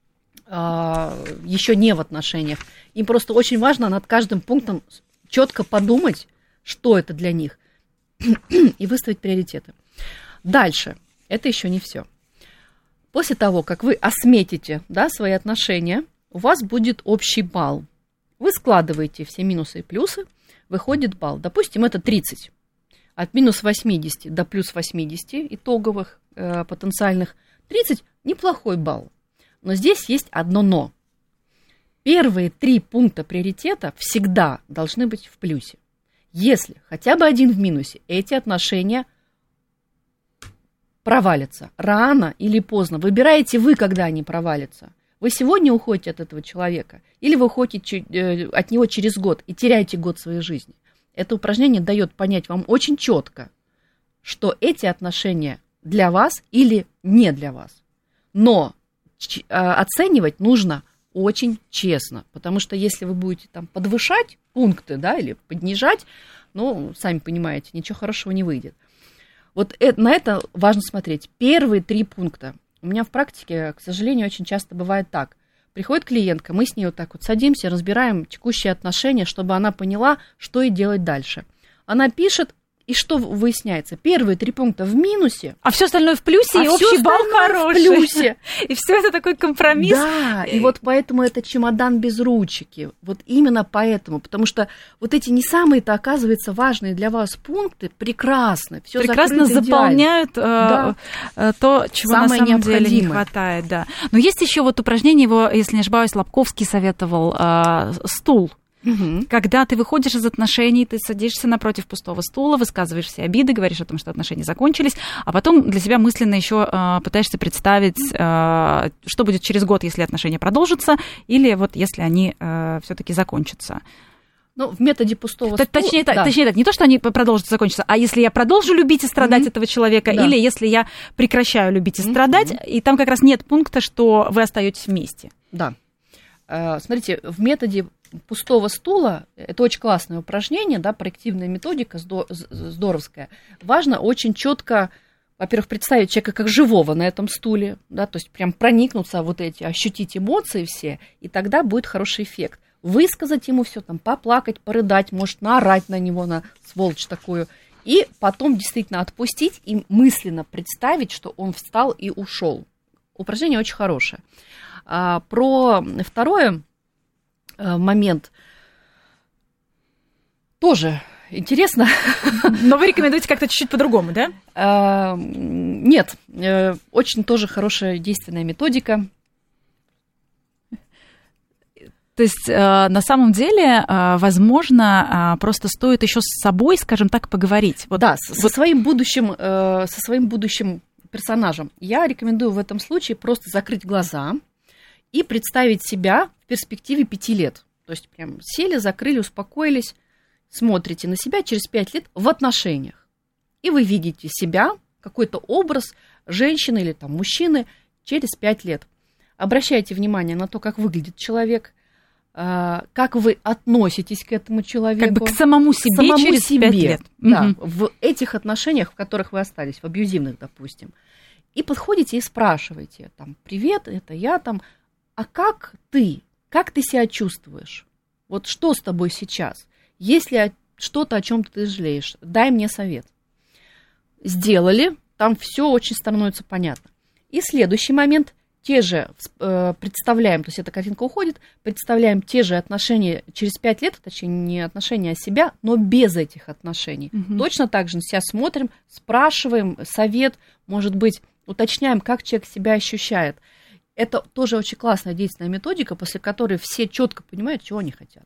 еще не в отношениях. Им просто очень важно над каждым пунктом четко подумать, что это для них, и выставить приоритеты. Дальше, это еще не все. После того, как вы осметите, да, свои отношения, у вас будет общий балл. Вы складываете все минусы и плюсы, выходит балл. Допустим, это 30. От минус 80 до плюс 80 итоговых потенциальных 30 – неплохой балл. Но здесь есть одно «но». Первые 3 пункта приоритета всегда должны быть в плюсе. Если хотя бы один в минусе, эти отношения провалятся. Рано или поздно. Выбираете вы, когда они провалятся. Вы сегодня уходите от этого человека, или вы уходите от него через год и теряете год своей жизни. Это упражнение дает понять вам очень четко, что эти отношения для вас или не для вас. Но оценивать нужно очень честно, потому что если вы будете там подвышать пункты, да, или поднижать, ну, сами понимаете, ничего хорошего не выйдет. Вот на это важно смотреть. Первые 3 пункта. У меня в практике, к сожалению, очень часто бывает так. Приходит клиентка, мы с ней вот так вот садимся, разбираем текущие отношения, чтобы она поняла, что ей делать дальше. Она пишет, и что выясняется? Первые 3 пункта в минусе. А все остальное в плюсе, и общий балл хороший. В плюсе. И все это такой компромисс. Да, и вот поэтому это чемодан без ручки. Вот именно поэтому. Потому что вот эти не самые-то, оказывается, важные для вас пункты прекрасно. Всё прекрасно заполняют то, чего самое на самом деле не хватает. Да. Но есть еще вот упражнение, его, если не ошибаюсь, Лобковский советовал, стул. Когда ты выходишь из отношений, ты садишься напротив пустого стула, высказываешь все обиды, говоришь о том, что отношения закончились, а потом для себя мысленно еще пытаешься представить, что будет через год, если отношения продолжатся, или вот если они все-таки закончатся. Ну, в методе пустого стула... Точнее так, не то, что они продолжат закончиться, а если я продолжу любить и страдать этого человека, или если я прекращаю любить и страдать, и там как раз нет пункта, что вы остаетесь вместе. Да. Смотрите, в методе пустого стула, это очень классное упражнение, да, проективная методика, здоровская. Важно очень четко, во-первых, представить человека как живого на этом стуле, да, то есть прям проникнуться вот эти, ощутить эмоции все, и тогда будет хороший эффект. Высказать ему все, там, поплакать, порыдать, может, наорать на него, на сволочь такую, и потом действительно отпустить и мысленно представить, что он встал и ушел. Упражнение очень хорошее. Про второй момент тоже интересно. Но вы рекомендуете как-то чуть-чуть по-другому, да? Нет, очень тоже хорошая действенная методика. То есть, на самом деле, возможно, просто стоит еще с собой, скажем так, поговорить. Вот, да, со своим будущим персонажем. Я рекомендую в этом случае просто закрыть глаза и представить себя в перспективе 5 лет. То есть прям сели, закрыли, успокоились, смотрите на себя через 5 лет в отношениях. И вы видите себя, какой-то образ женщины или там мужчины через 5 лет. Обращайте внимание на то, как выглядит человек, как вы относитесь к этому человеку. Как бы к самому себе через 5 лет. Да, в этих отношениях, в которых вы остались, в абьюзивных, допустим. И подходите и спрашиваете, там, привет, это я, там, а как ты себя чувствуешь? Вот что с тобой сейчас? Есть ли что-то, о чем ты жалеешь? Дай мне совет. Сделали, там все очень становится понятно. И следующий момент, те же представляем, то есть эта картинка уходит, представляем те же отношения через 5 лет, точнее, не отношения, а себя, но без этих отношений. Точно так же на себя смотрим, спрашиваем совет, может быть, уточняем, как человек себя ощущает. Это тоже очень классная действенная методика, после которой все четко понимают, чего они хотят.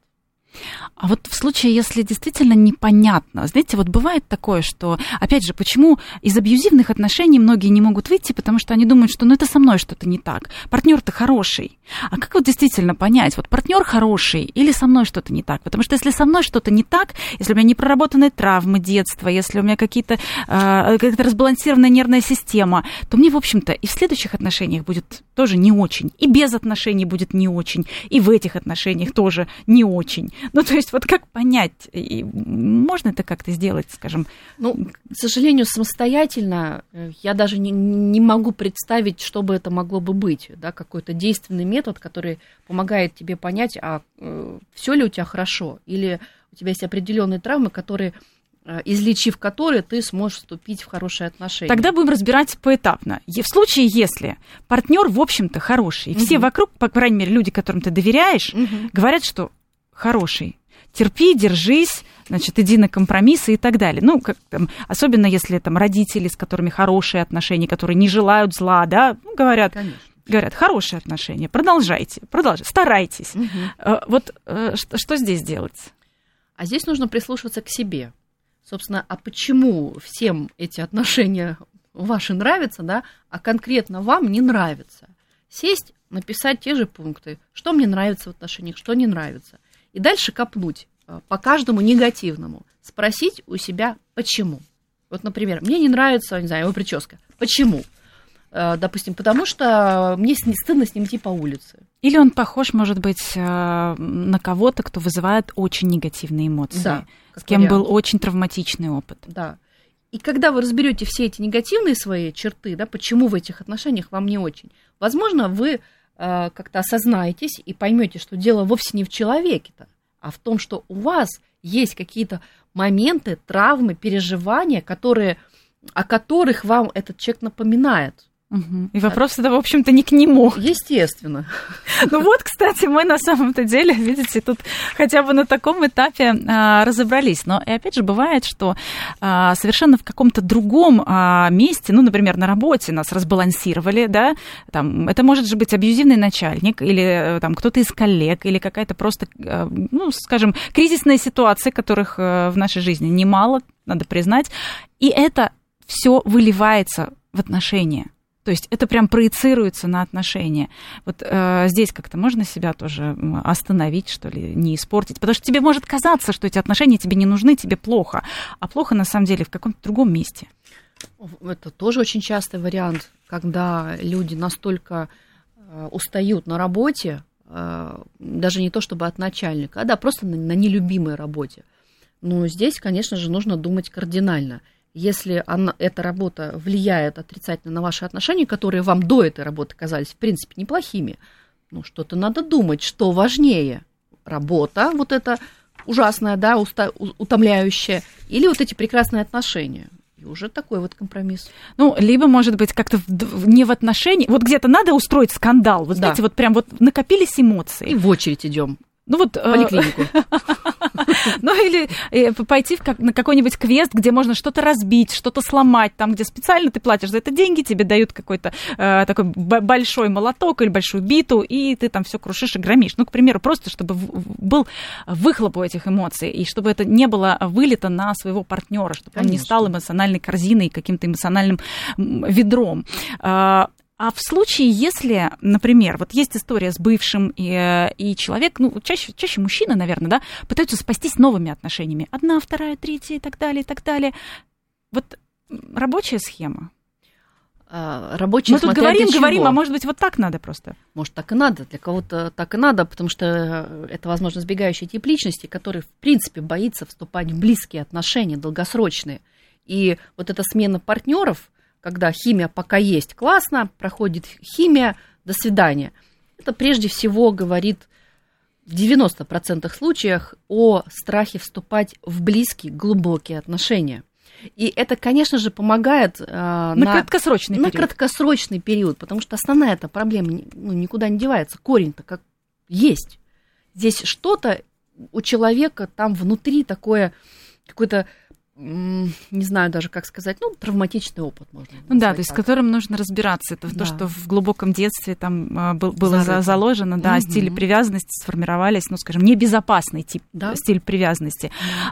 А вот в случае, если действительно непонятно, знаете, вот бывает такое, что, опять же, почему из абьюзивных отношений многие не могут выйти, потому что они думают, что, ну, это со мной что-то не так, партнер-то хороший. А как вот действительно понять, вот партнер хороший или со мной что-то не так? Потому что если со мной что-то не так, если у меня непроработанные травмы детства, если у меня какая-то разбалансированная нервная система, то мне, в общем-то, и в следующих отношениях будет тоже не очень, и без отношений будет не очень, и в этих отношениях тоже не очень. Ну, то есть, вот как понять, и можно это как-то сделать, скажем? Ну, к сожалению, самостоятельно я даже не могу представить, что бы это могло бы быть, да, какой-то действенный метод, который помогает тебе понять, а все ли у тебя хорошо, или у тебя есть определенные травмы, которые, излечив которые, ты сможешь вступить в хорошие отношения. Тогда будем разбирать поэтапно. В случае, если партнер, в общем-то, хороший, и все вокруг, по крайней мере, люди, которым ты доверяешь, говорят, что хороший, терпи, держись, значит, иди на компромиссы и так далее. Ну, как, там, особенно если там родители, с которыми хорошие отношения, которые не желают зла, да, ну, говорят, хорошие отношения, продолжайте, старайтесь. Вот что здесь делать? А здесь нужно прислушиваться к себе. Собственно, а почему всем эти отношения ваши нравятся, да, а конкретно вам не нравятся? Сесть, написать те же пункты, что мне нравится в отношениях, что не нравится. И дальше копнуть по каждому негативному. Спросить у себя, почему. Вот, например, мне не нравится, не знаю, его прическа. Почему? Допустим, потому что мне стыдно с ним идти по улице. Или он похож, может быть, на кого-то, кто вызывает очень негативные эмоции. Да, с кем был очень травматичный опыт. Да. И когда вы разберете все эти негативные свои черты, да, почему в этих отношениях вам не очень, возможно, вы как-то осознаетесь и поймете, что дело вовсе не в человеке-то, а в том, что у вас есть какие-то моменты, травмы, переживания, о которых вам этот человек напоминает. И вопрос это, в общем-то, не к нему. Естественно. Ну вот, кстати, мы на самом-то деле, видите, тут хотя бы на таком этапе разобрались. Но и опять же бывает, что совершенно в каком-то другом месте, ну, например, на работе нас разбалансировали, да, там, это может же быть абьюзивный начальник или там кто-то из коллег, или какая-то просто, ну, скажем, кризисная ситуация, которых в нашей жизни немало, надо признать, и это все выливается в отношения. То есть это прям проецируется на отношения. Вот здесь как-то можно себя тоже остановить, что ли, не испортить. Потому что тебе может казаться, что эти отношения тебе не нужны, тебе плохо. А плохо, на самом деле, в каком-то другом месте. Это тоже очень частый вариант, когда люди настолько устают на работе, даже не то чтобы от начальника, а да, просто на нелюбимой работе. Но здесь, конечно же, нужно думать кардинально. Если эта работа влияет отрицательно на ваши отношения, которые вам до этой работы казались, в принципе, неплохими, ну, что-то надо думать, что важнее. Работа, вот эта ужасная, да, утомляющая, или вот эти прекрасные отношения. И уже такой вот компромисс. Ну, либо, может быть, как-то не в отношении. Вот где-то надо устроить скандал. Вот, знаете, вот прям вот накопились эмоции. И в очередь идем. Ну вот, поликлинику. Ну или пойти на какой-нибудь квест, где можно что-то разбить, что-то сломать, там, где специально ты платишь за это деньги, тебе дают какой-то такой большой молоток или большую биту, и ты там все крушишь и громишь. Ну, к примеру, просто чтобы был выхлоп у этих эмоций, и чтобы это не было вылито на своего партнера, чтобы он не стал эмоциональной корзиной, каким-то эмоциональным ведром. А в случае, если, например, вот есть история с бывшим, и человек, ну, чаще мужчины, наверное, да, пытаются спастись новыми отношениями. 1, 2, 3 и так далее, и так далее. Вот рабочая схема. Мы тут говорим, а может быть, вот так надо просто? Может, так и надо, для кого-то так и надо, потому что это, возможно, сбегающий тип личности, который, в принципе, боится вступать в близкие отношения, долгосрочные. И вот эта смена партнеров, когда химия пока есть, классно, проходит химия, до свидания. Это прежде всего говорит в 90% случаях о страхе вступать в близкие, глубокие отношения. И это, конечно же, помогает на краткосрочный период, потому что основная эта проблема никуда не девается. Корень-то как есть. Здесь что-то у человека там внутри такое, какой-то, не знаю даже, как сказать, травматичный опыт, можно сказать. Ну да, то есть с которым нужно разбираться. Это то, что в глубоком детстве там было заложено, да, стили привязанности сформировались, скажем, небезопасный стиль привязанности.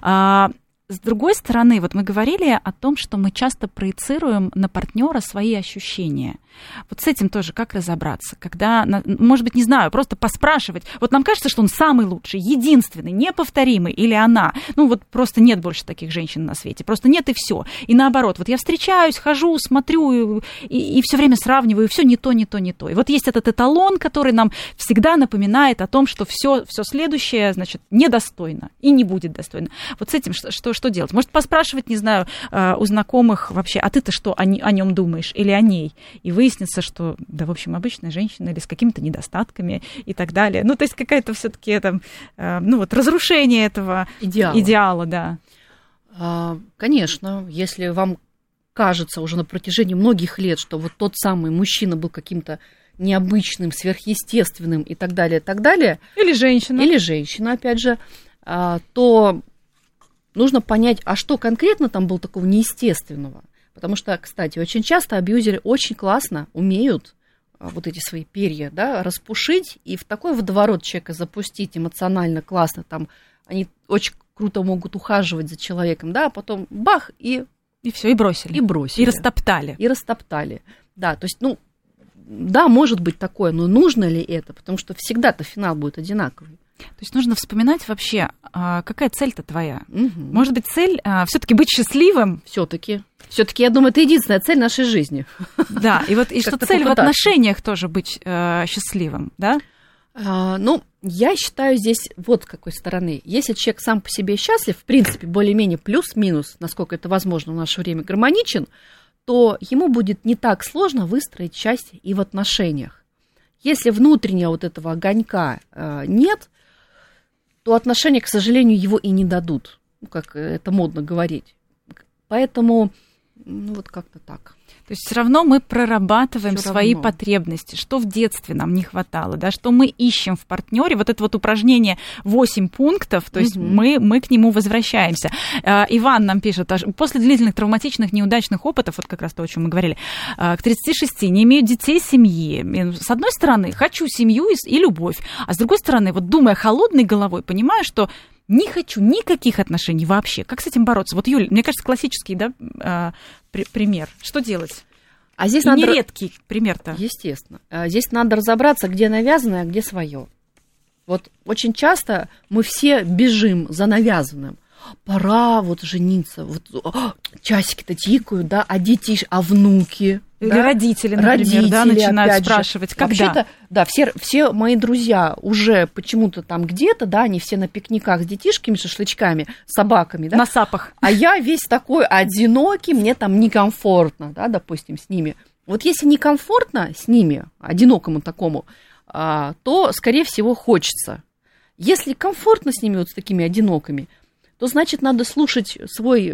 С другой стороны, вот мы говорили о том, что мы часто проецируем на партнера свои ощущения. Вот с этим тоже как разобраться? Когда, может быть, не знаю, просто поспрашивать. Вот нам кажется, что он самый лучший, единственный, неповторимый, или она. Вот просто нет больше таких женщин на свете. Просто нет, и все. И наоборот, вот я встречаюсь, хожу, смотрю, и все время сравниваю, и все не то, не то, не то. И вот есть этот эталон, который нам всегда напоминает о том, что все следующее, значит, недостойно и не будет достойно. Вот с этим что делать? Может, поспрашивать, не знаю, у знакомых вообще, а ты-то что о нем думаешь или о ней? И выяснится, что, да, в общем, обычная женщина или с какими-то недостатками и так далее. То есть какая-то все-таки там, разрушение этого идеала, да. Конечно, если вам кажется уже на протяжении многих лет, что вот тот самый мужчина был каким-то необычным, сверхъестественным и так далее, Или женщина, опять же, то нужно понять, а что конкретно там было такого неестественного. Потому что, кстати, очень часто абьюзеры очень классно умеют вот эти свои перья, да, распушить и в такой водоворот человека запустить эмоционально классно. Там они очень круто могут ухаживать за человеком, да, а потом бах, и все, и бросили. И растоптали. Да, то есть, да, может быть такое, но нужно ли это? Потому что всегда-то финал будет одинаковый. То есть нужно вспоминать вообще, какая цель-то твоя. Угу. Может быть, цель все-таки быть счастливым? Все-таки, я думаю, это единственная цель нашей жизни. Да, и что цель в отношениях тоже быть счастливым, да? Я считаю здесь вот с какой стороны. Если человек сам по себе счастлив, в принципе, более-менее плюс-минус, насколько это возможно в наше время, гармоничен, то ему будет не так сложно выстроить счастье и в отношениях. Если внутреннего вот этого огонька нет, то отношения, к сожалению, его и не дадут, как это модно говорить. Поэтому, вот как-то так. То есть все равно мы прорабатываем свои потребности, что в детстве нам не хватало, да, что мы ищем в партнере. Вот это вот упражнение 8 пунктов, то есть мы к нему возвращаемся. Иван нам пишет, после длительных травматичных неудачных опытов, вот как раз то, о чем мы говорили, к 36 не имею детей, семьи. С одной стороны, хочу семью и любовь, а с другой стороны, вот думая холодной головой, понимаю, что не хочу никаких отношений вообще. Как с этим бороться? Вот, Юль, мне кажется, классический, да, пример. Что делать? А здесь надо... нередкий пример-то. Естественно. Здесь надо разобраться, где навязанное, а где свое. Вот очень часто мы все бежим за навязанным. Пора вот жениться, вот часики-то тикают, да, а дети, а внуки... Или да? Родители, например, да, начинают спрашивать, когда. Вообще-то, да, все мои друзья уже почему-то там где-то, да, они все на пикниках с детишками, шашлычками, собаками, да. На сапах. А я весь такой одинокий, мне там некомфортно, да, допустим, с ними. Вот если некомфортно с ними, одинокому такому, то, скорее всего, хочется. Если комфортно с ними, вот с такими одинокими, то, значит, надо слушать свой,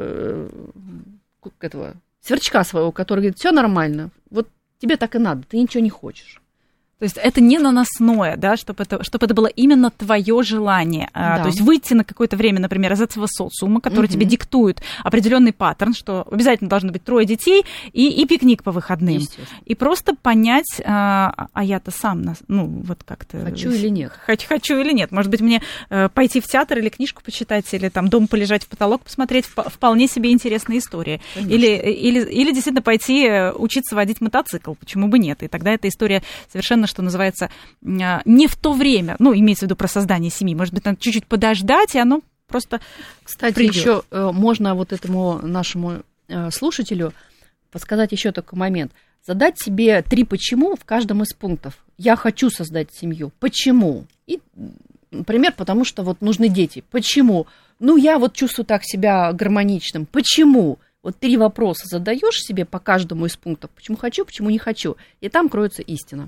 сверчка своего, который говорит, все нормально, вот тебе так и надо, ты ничего не хочешь. То есть это не наносное, да, чтобы это было именно твое желание. Да. То есть выйти на какое-то время, например, из этого социума, который тебе диктует определенный паттерн, что обязательно должно быть 3 детей и пикник по выходным. И просто понять, а я-то сам, вот как-то... Хочу или нет. Хочу или нет. Может быть, мне пойти в театр или книжку почитать, или там дома полежать в потолок, посмотреть вполне себе интересные истории. Или действительно пойти учиться водить мотоцикл. Почему бы нет? И тогда эта история совершенно, что называется, не в то время, имеется в виду про создание семьи, может быть, надо чуть-чуть подождать, и оно просто Кстати, придёт. Еще можно вот этому нашему слушателю подсказать еще такой момент. Задать себе 3 почему в каждом из пунктов. Я хочу создать семью. Почему? И, например, потому что вот нужны дети. Почему? Я вот чувствую так себя гармоничным. Почему? Вот 3 вопроса задаешь себе по каждому из пунктов. Почему хочу, почему не хочу. И там кроется истина.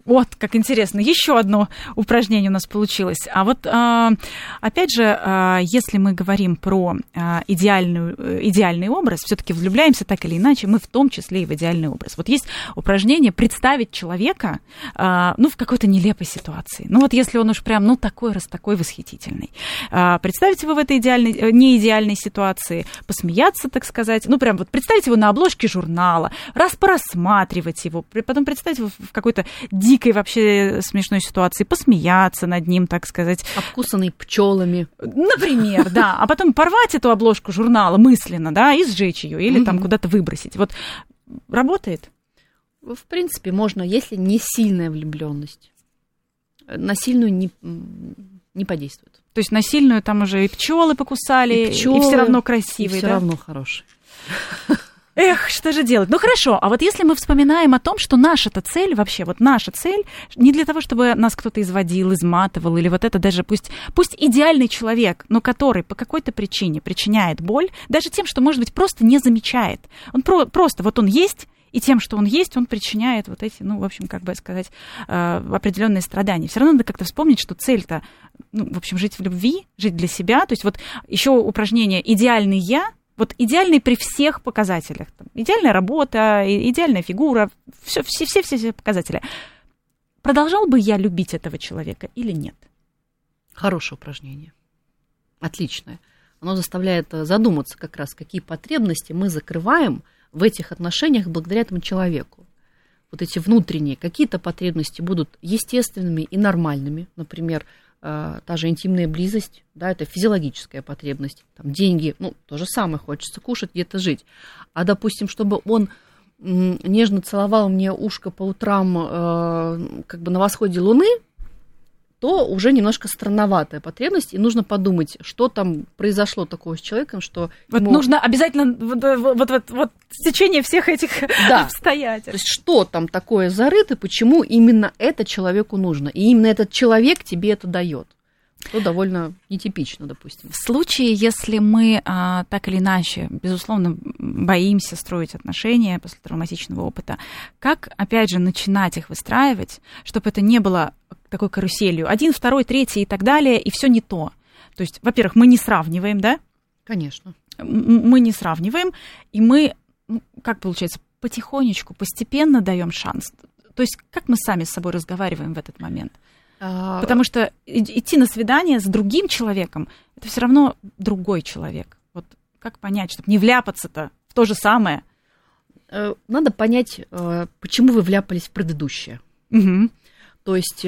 Вот, как интересно, еще одно упражнение у нас получилось. А вот, опять же, если мы говорим про идеальный образ, все-таки влюбляемся так или иначе, мы в том числе и в идеальный образ. Вот есть упражнение представить человека, в какой-то нелепой ситуации. Ну, вот если он уж прям, такой восхитительный. Представьте его в этой неидеальной ситуации, посмеяться, так сказать, прям вот представить его на обложке журнала, порассматривать его, потом представить его в какой-то дикой вообще смешной ситуации, посмеяться над ним, так сказать. Обкусанный пчелами. Например, да. А потом порвать эту обложку журнала мысленно, да, и сжечь ее, или там куда-то выбросить. Вот работает? В принципе, можно, если не сильная влюбленность. На сильную не подействует. То есть на сильную там уже и пчелы покусали, и все равно красивый, и все равно хороший. Эх, что же делать? Ну хорошо, а вот если мы вспоминаем о том, что наша-то цель, вообще вот наша цель, не для того, чтобы нас кто-то изводил, изматывал, или вот это даже пусть идеальный человек, но который по какой-то причине причиняет боль, даже тем, что, может быть, просто не замечает. Он просто вот он есть, и тем, что он есть, он причиняет вот эти, определенные страдания. Все равно надо как-то вспомнить, что цель-то, жить в любви, жить для себя. То есть вот еще упражнение «идеальный я», вот идеальный при всех показателях. Там, идеальная работа, идеальная фигура, все показатели. Продолжал бы я любить этого человека или нет? Хорошее упражнение. Отличное. Оно заставляет задуматься как раз, какие потребности мы закрываем в этих отношениях благодаря этому человеку. Вот эти внутренние какие-то потребности будут естественными и нормальными. Например, та же интимная близость, да, это физиологическая потребность. Там, деньги, то же самое, хочется кушать, где-то жить. А, допустим, чтобы он нежно целовал мне ушко по утрам на восходе луны, то уже немножко странноватая потребность, и нужно подумать, что там произошло такого с человеком, что... Вот нужно обязательно в течение всех этих обстоятельств. То есть что там такое зарыто, почему именно это человеку нужно, и именно этот человек тебе это дает. Что довольно нетипично, допустим. В случае, если мы так или иначе, безусловно, боимся строить отношения после травматичного опыта, как, опять же, начинать их выстраивать, чтобы это не было такой каруселью? 1, 2, 3 и так далее, и все не то. То есть, во-первых, мы не сравниваем, да? Конечно. Мы не сравниваем, и мы, как получается, потихонечку, постепенно даем шанс. То есть, как мы сами с собой разговариваем в этот момент? Потому что идти на свидание с другим человеком, это все равно другой человек. Вот как понять, чтобы не вляпаться-то в то же самое? Надо понять, почему вы вляпались в предыдущее. Угу. То есть,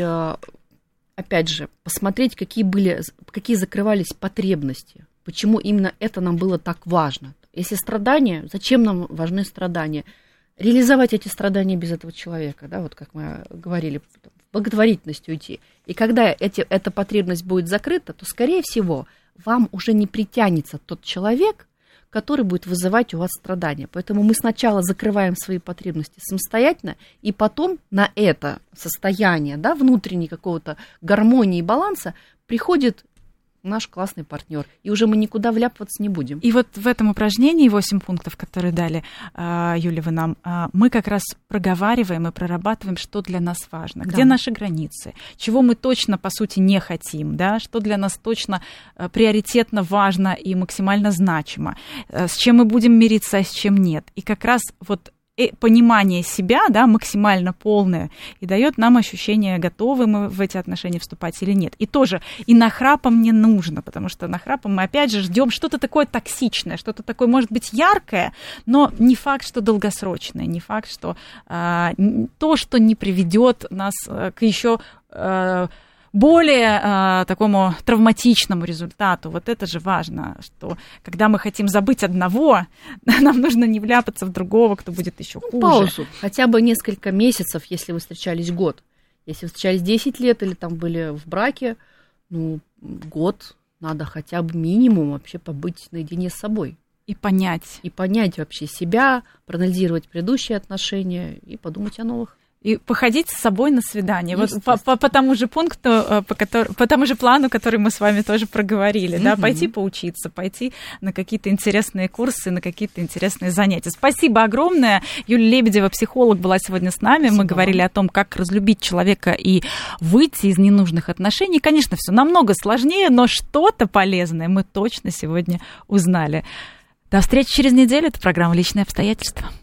опять же, посмотреть, какие закрывались потребности, почему именно это нам было так важно. Если страдания, зачем нам важны страдания? Реализовать эти страдания без этого человека, да, вот как мы говорили, в благотворительность уйти. И когда эта потребность будет закрыта, то, скорее всего, вам уже не притянется тот человек, который будет вызывать у вас страдания. Поэтому мы сначала закрываем свои потребности самостоятельно, и потом на это состояние, да, внутренней какого-то гармонии и баланса приходит наш классный партнер, и уже мы никуда вляпываться не будем. И вот в этом упражнении 8 пунктов, которые дали, Юля, вы нам, мы как раз проговариваем и прорабатываем, что для нас важно, где наши границы, чего мы точно, по сути, не хотим, да, что для нас точно приоритетно важно и максимально значимо, с чем мы будем мириться, а с чем нет. И как раз вот понимание себя, да, максимально полное, и дает нам ощущение, готовы мы в эти отношения вступать или нет. И тоже, и нахрапом не нужно, потому что нахрапом мы опять же ждем что-то такое токсичное, что-то такое, может быть, яркое, но не факт, что долгосрочное, не факт, что то, что не приведет нас к еще более такому травматичному результату. Вот это же важно, что когда мы хотим забыть одного, нам нужно не вляпаться в другого, кто будет еще хуже. Паузу. Хотя бы несколько месяцев, если вы встречались год. Если вы встречались 10 лет или там были в браке, год надо хотя бы минимум вообще побыть наедине с собой. И понять. И понять вообще себя, проанализировать предыдущие отношения и подумать о новых. И походить с собой на свидание. Вот по тому же пункту, по тому же плану, который мы с вами тоже проговорили. Да? Пойти поучиться, пойти на какие-то интересные курсы, на какие-то интересные занятия. Спасибо огромное. Юлия Лебедева, психолог, была сегодня с нами. Спасибо. Мы говорили о том, как разлюбить человека и выйти из ненужных отношений. Конечно, все намного сложнее, но что-то полезное мы точно сегодня узнали. До встречи через неделю. Это программа «Личные обстоятельства».